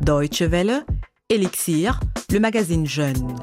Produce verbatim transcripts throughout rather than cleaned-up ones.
Deutsche Welle, Elixir, le magazine Jeune.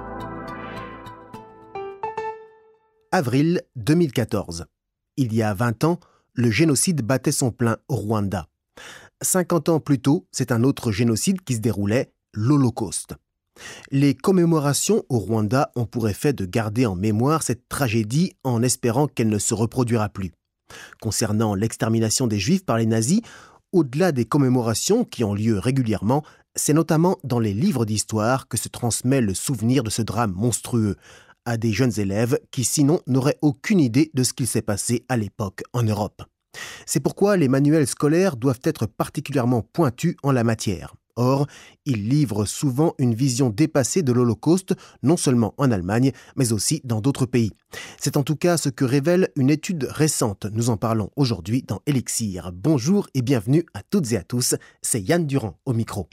Avril deux mille quatorze. Il y a vingt ans, le génocide battait son plein au Rwanda. cinquante ans plus tôt, c'est un autre génocide qui se déroulait, l'Holocauste. Les commémorations au Rwanda ont pour effet de garder en mémoire cette tragédie en espérant qu'elle ne se reproduira plus. Concernant l'extermination des Juifs par les nazis, au-delà des commémorations qui ont lieu régulièrement, c'est notamment dans les livres d'histoire que se transmet le souvenir de ce drame monstrueux à des jeunes élèves qui sinon n'auraient aucune idée de ce qu'il s'est passé à l'époque en Europe. C'est pourquoi les manuels scolaires doivent être particulièrement pointus en la matière. Or, ils livrent souvent une vision dépassée de l'Holocauste, non seulement en Allemagne, mais aussi dans d'autres pays. C'est en tout cas ce que révèle une étude récente. Nous en parlons aujourd'hui dans Elixir. Bonjour et bienvenue à toutes et à tous. C'est Yann Durand au micro.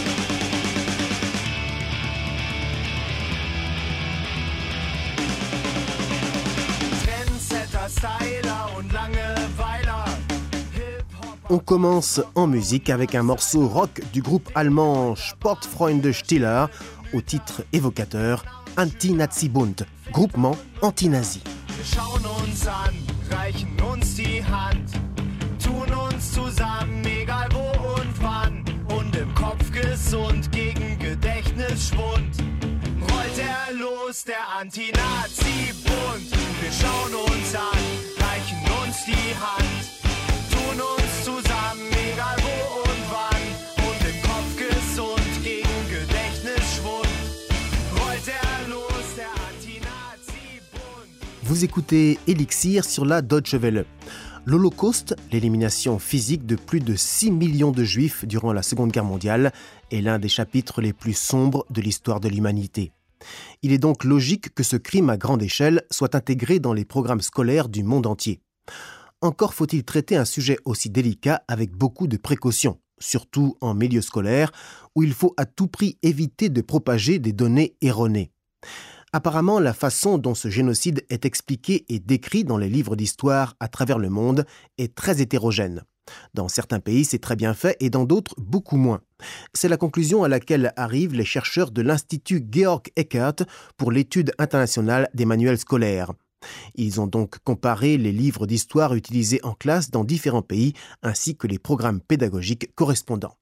On commence en musique avec un morceau rock du groupe allemand Sportfreunde Stiller au titre évocateur Anti-Nazi-Bund, groupement anti-nazi. Wir schauen uns an, reichen uns die Hand, tun uns zusammen, egal wo und wann, und im Kopf gesund gegen Gedächtnisschwund. Rollt er los, der Anti-Nazi-Bund. Wir schauen uns an, reichen uns die Hand, tun uns zusammen, egal wo und wann, und im Kopf gesund gegen Gedächtnisschwund. Rollt er los, der Anti-Nazi-Bund. Vous écoutez Elixir sur la Deutsche Welle. L'Holocauste, l'élimination physique de plus de six millions de Juifs durant la Seconde Guerre mondiale, est l'un des chapitres les plus sombres de l'histoire de l'humanité. Il est donc logique que ce crime à grande échelle soit intégré dans les programmes scolaires du monde entier. Encore faut-il traiter un sujet aussi délicat avec beaucoup de précautions, surtout en milieu scolaire, où il faut à tout prix éviter de propager des données erronées. Apparemment, la façon dont ce génocide est expliqué et décrit dans les livres d'histoire à travers le monde est très hétérogène. Dans certains pays, c'est très bien fait et dans d'autres, beaucoup moins. C'est la conclusion à laquelle arrivent les chercheurs de l'Institut Georg Eckert pour l'étude internationale des manuels scolaires. Ils ont donc comparé les livres d'histoire utilisés en classe dans différents pays ainsi que les programmes pédagogiques correspondants.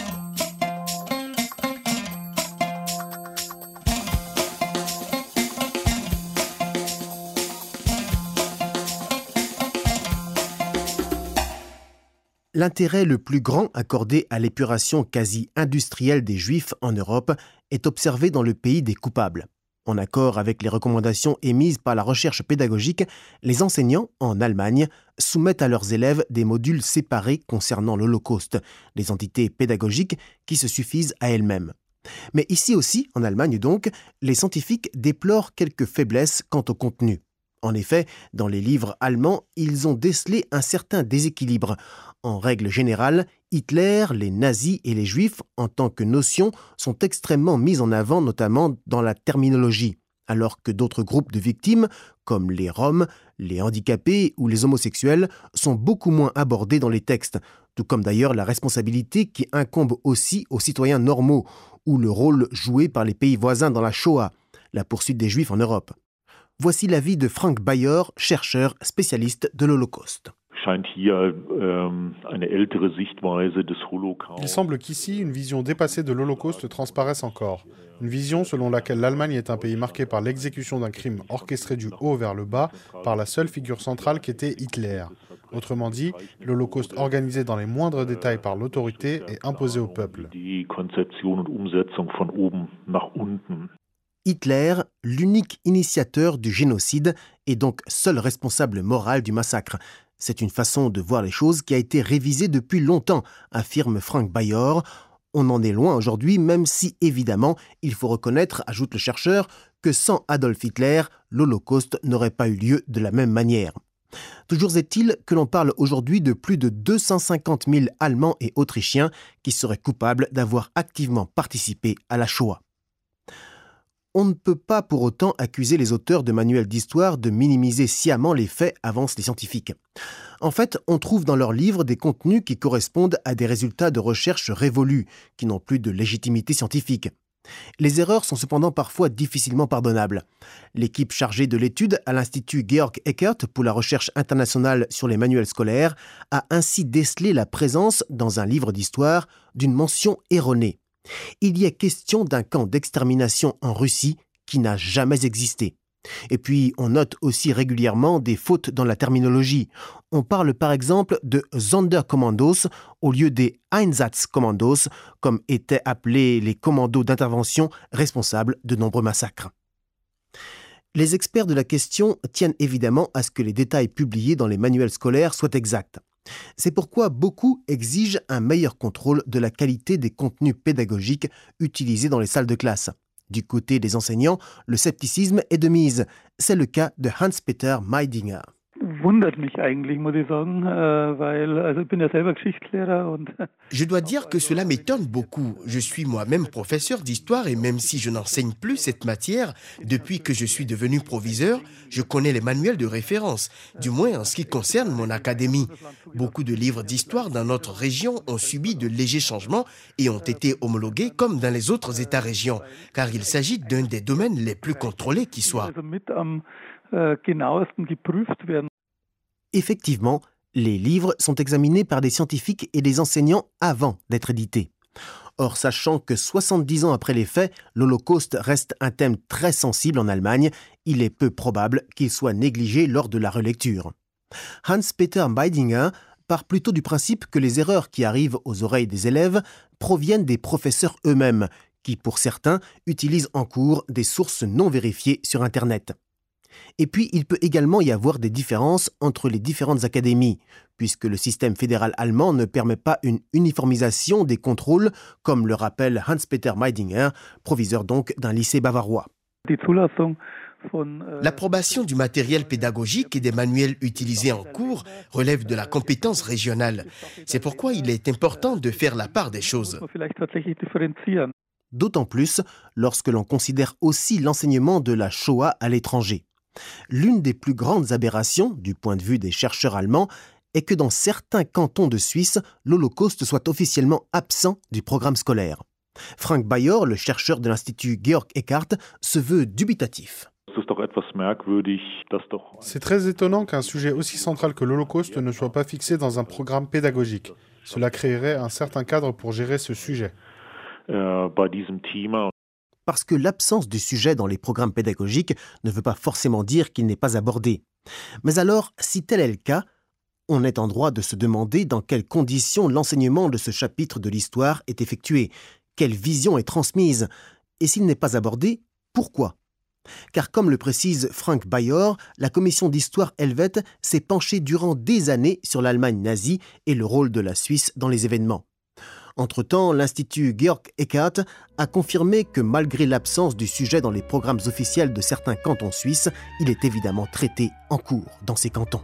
L'intérêt le plus grand accordé à l'épuration quasi industrielle des Juifs en Europe est observé dans le pays des coupables. En accord avec les recommandations émises par la recherche pédagogique, les enseignants, en Allemagne, soumettent à leurs élèves des modules séparés concernant l'Holocauste, des entités pédagogiques qui se suffisent à elles-mêmes. Mais ici aussi, en Allemagne donc, les scientifiques déplorent quelques faiblesses quant au contenu. En effet, dans les livres allemands, ils ont décelé un certain déséquilibre. En règle générale, Hitler, les nazis et les juifs, en tant que notion, sont extrêmement mis en avant, notamment dans la terminologie, alors que d'autres groupes de victimes, comme les Roms, les handicapés ou les homosexuels, sont beaucoup moins abordés dans les textes, tout comme d'ailleurs la responsabilité qui incombe aussi aux citoyens normaux, ou le rôle joué par les pays voisins dans la Shoah, la poursuite des Juifs en Europe. Voici l'avis de Frank Bayer, chercheur spécialiste de l'Holocauste. Il semble qu'ici, une vision dépassée de l'Holocauste transparaisse encore. Une vision selon laquelle l'Allemagne est un pays marqué par l'exécution d'un crime orchestré du haut vers le bas par la seule figure centrale qu'était Hitler. Autrement dit, l'Holocauste organisé dans les moindres détails par l'autorité et imposé au peuple. Hitler, l'unique initiateur du génocide, est donc seul responsable moral du massacre. C'est une façon de voir les choses qui a été révisée depuis longtemps, affirme Frank Bayer. On en est loin aujourd'hui, même si, évidemment, il faut reconnaître, ajoute le chercheur, que sans Adolf Hitler, l'Holocauste n'aurait pas eu lieu de la même manière. Toujours est-il que l'on parle aujourd'hui de plus de deux cent cinquante mille Allemands et Autrichiens qui seraient coupables d'avoir activement participé à la Shoah. on ne peut pas pour autant accuser les auteurs de manuels d'histoire de minimiser sciemment les faits, avancent les scientifiques. En fait, on trouve dans leurs livres des contenus qui correspondent à des résultats de recherche révolus, qui n'ont plus de légitimité scientifique. Les erreurs sont cependant parfois difficilement pardonnables. L'équipe chargée de l'étude à l'Institut Georg Eckert pour la recherche internationale sur les manuels scolaires a ainsi décelé la présence, dans un livre d'histoire, d'une mention erronée. Il y est question d'un camp d'extermination en Russie qui n'a jamais existé. Et puis, on note aussi régulièrement des fautes dans la terminologie. On parle par exemple de Sonderkommandos au lieu des Einsatzkommandos, comme étaient appelés les commandos d'intervention responsables de nombreux massacres. Les experts de la question tiennent évidemment à ce que les détails publiés dans les manuels scolaires soient exacts. C'est pourquoi beaucoup exigent un meilleur contrôle de la qualité des contenus pédagogiques utilisés dans les salles de classe. Du côté des enseignants, le scepticisme est de mise. C'est le cas de Hans-Peter Meidinger. Je dois dire que cela m'étonne beaucoup. Je suis moi-même professeur d'histoire et même si je n'enseigne plus cette matière, depuis que je suis devenu proviseur, je connais les manuels de référence, du moins en ce qui concerne mon académie. Beaucoup de livres d'histoire dans notre région ont subi de légers changements et ont été homologués comme dans les autres États-régions, car il s'agit d'un des domaines les plus contrôlés qui soit. Effectivement, les livres sont examinés par des scientifiques et des enseignants avant d'être édités. Or, sachant que soixante-dix ans après les faits, l'Holocauste reste un thème très sensible en Allemagne, il est peu probable qu'il soit négligé lors de la relecture. Hans-Peter Meidinger part plutôt du principe que les erreurs qui arrivent aux oreilles des élèves proviennent des professeurs eux-mêmes, qui, pour certains, utilisent en cours des sources non vérifiées sur Internet. Et puis, il peut également y avoir des différences entre les différentes académies, puisque le système fédéral allemand ne permet pas une uniformisation des contrôles, comme le rappelle Hans-Peter Meidinger, proviseur donc d'un lycée bavarois. L'approbation du matériel pédagogique et des manuels utilisés en cours relève de la compétence régionale. C'est pourquoi il est important de faire la part des choses. D'autant plus lorsque l'on considère aussi l'enseignement de la Shoah à l'étranger. L'une des plus grandes aberrations, du point de vue des chercheurs allemands, est que dans certains cantons de Suisse, l'Holocauste soit officiellement absent du programme scolaire. Frank Bayor, le chercheur de l'Institut Georg Eckert, se veut dubitatif. C'est très étonnant qu'un sujet aussi central que l'Holocauste ne soit pas fixé dans un programme pédagogique. Cela créerait un certain cadre pour gérer ce sujet. Parce que l'absence du sujet dans les programmes pédagogiques ne veut pas forcément dire qu'il n'est pas abordé. Mais alors, si tel est le cas, on est en droit de se demander dans quelles conditions l'enseignement de ce chapitre de l'histoire est effectué, quelle vision est transmise, et s'il n'est pas abordé, pourquoi ? Car comme le précise Frank Bayor, la commission d'histoire helvète s'est penchée durant des années sur l'Allemagne nazie et le rôle de la Suisse dans les événements. Entre-temps, l'Institut Georg Eckert a confirmé que malgré l'absence du sujet dans les programmes officiels de certains cantons suisses, il est évidemment traité en cours dans ces cantons.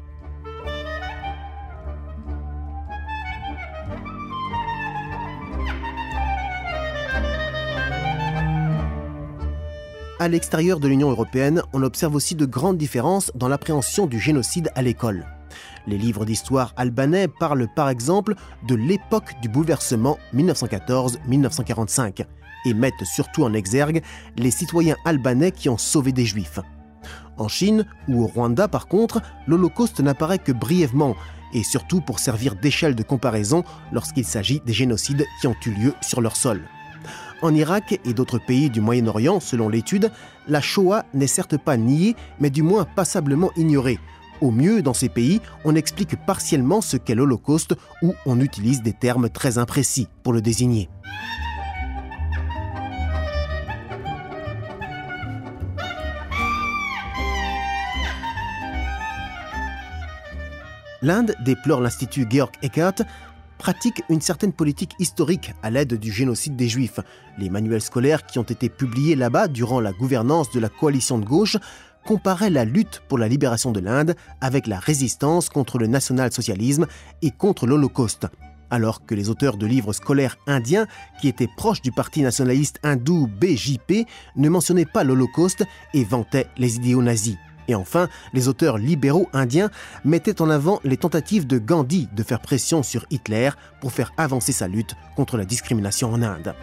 À l'extérieur de l'Union européenne, on observe aussi de grandes différences dans l'appréhension du génocide à l'école. Les livres d'histoire albanais parlent par exemple de l'époque du bouleversement mille neuf cent quatorze à mille neuf cent quarante-cinq et mettent surtout en exergue les citoyens albanais qui ont sauvé des juifs. En Chine ou au Rwanda, par contre, l'Holocauste n'apparaît que brièvement et surtout pour servir d'échelle de comparaison lorsqu'il s'agit des génocides qui ont eu lieu sur leur sol. En Irak et d'autres pays du Moyen-Orient, selon l'étude, la Shoah n'est certes pas niée, mais du moins passablement ignorée. Au mieux, dans ces pays, on explique partiellement ce qu'est l'Holocauste ou on utilise des termes très imprécis pour le désigner. L'Inde, déplore l'Institut Georg Eckert, pratique une certaine politique historique à l'aide du génocide des Juifs. Les manuels scolaires qui ont été publiés là-bas durant la gouvernance de la coalition de gauche comparaient la lutte pour la libération de l'Inde avec la résistance contre le national-socialisme et contre l'Holocauste. alors que les auteurs de livres scolaires indiens, qui étaient proches du parti nationaliste hindou B J P, ne mentionnaient pas l'Holocauste et vantaient les idéaux nazis. Et enfin, les auteurs libéraux indiens mettaient en avant les tentatives de Gandhi de faire pression sur Hitler pour faire avancer sa lutte contre la discrimination en Inde.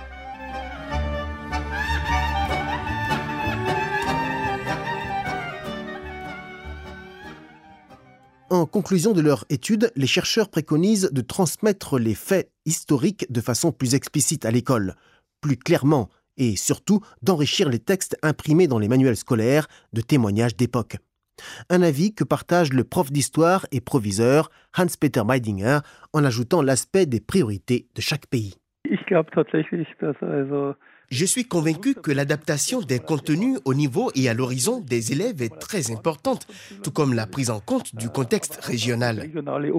En conclusion de leur étude, les chercheurs préconisent de transmettre les faits historiques de façon plus explicite à l'école, plus clairement, et surtout d'enrichir les textes imprimés dans les manuels scolaires de témoignages d'époque. Un avis que partage le prof d'histoire et proviseur Hans-Peter Meidinger en ajoutant l'aspect des priorités de chaque pays. Je suis convaincu que l'adaptation des contenus au niveau et à l'horizon des élèves est très importante, tout comme la prise en compte du contexte régional.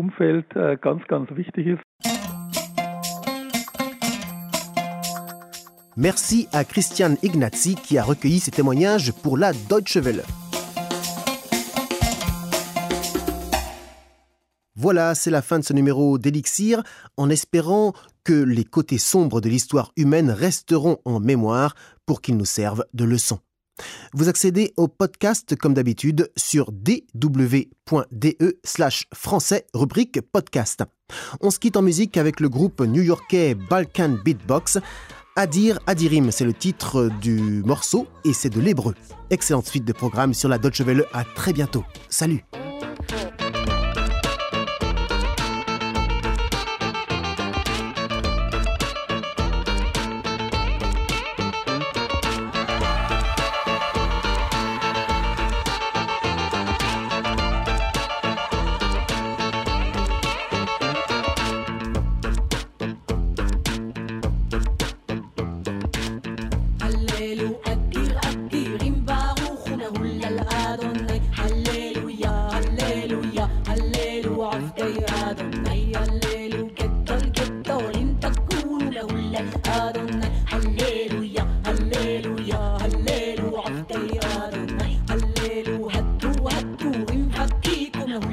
Merci à Christian Ignazi qui a recueilli ces témoignages pour la Deutsche Welle. Voilà, c'est la fin de ce numéro d'Elixir, en espérant que les côtés sombres de l'histoire humaine resteront en mémoire pour qu'ils nous servent de leçon. Vous accédez au podcast comme d'habitude sur dw.de slash français rubrique podcast. On se quitte en musique avec le groupe new-yorkais Balkan Beatbox. Adir Adirim, c'est le titre du morceau et c'est de l'hébreu. Excellente suite de programmes sur la Deutsche Welle. À très bientôt. Salut.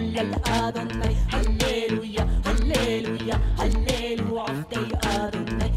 Halleluja, halleluja, halleluja, halleluja,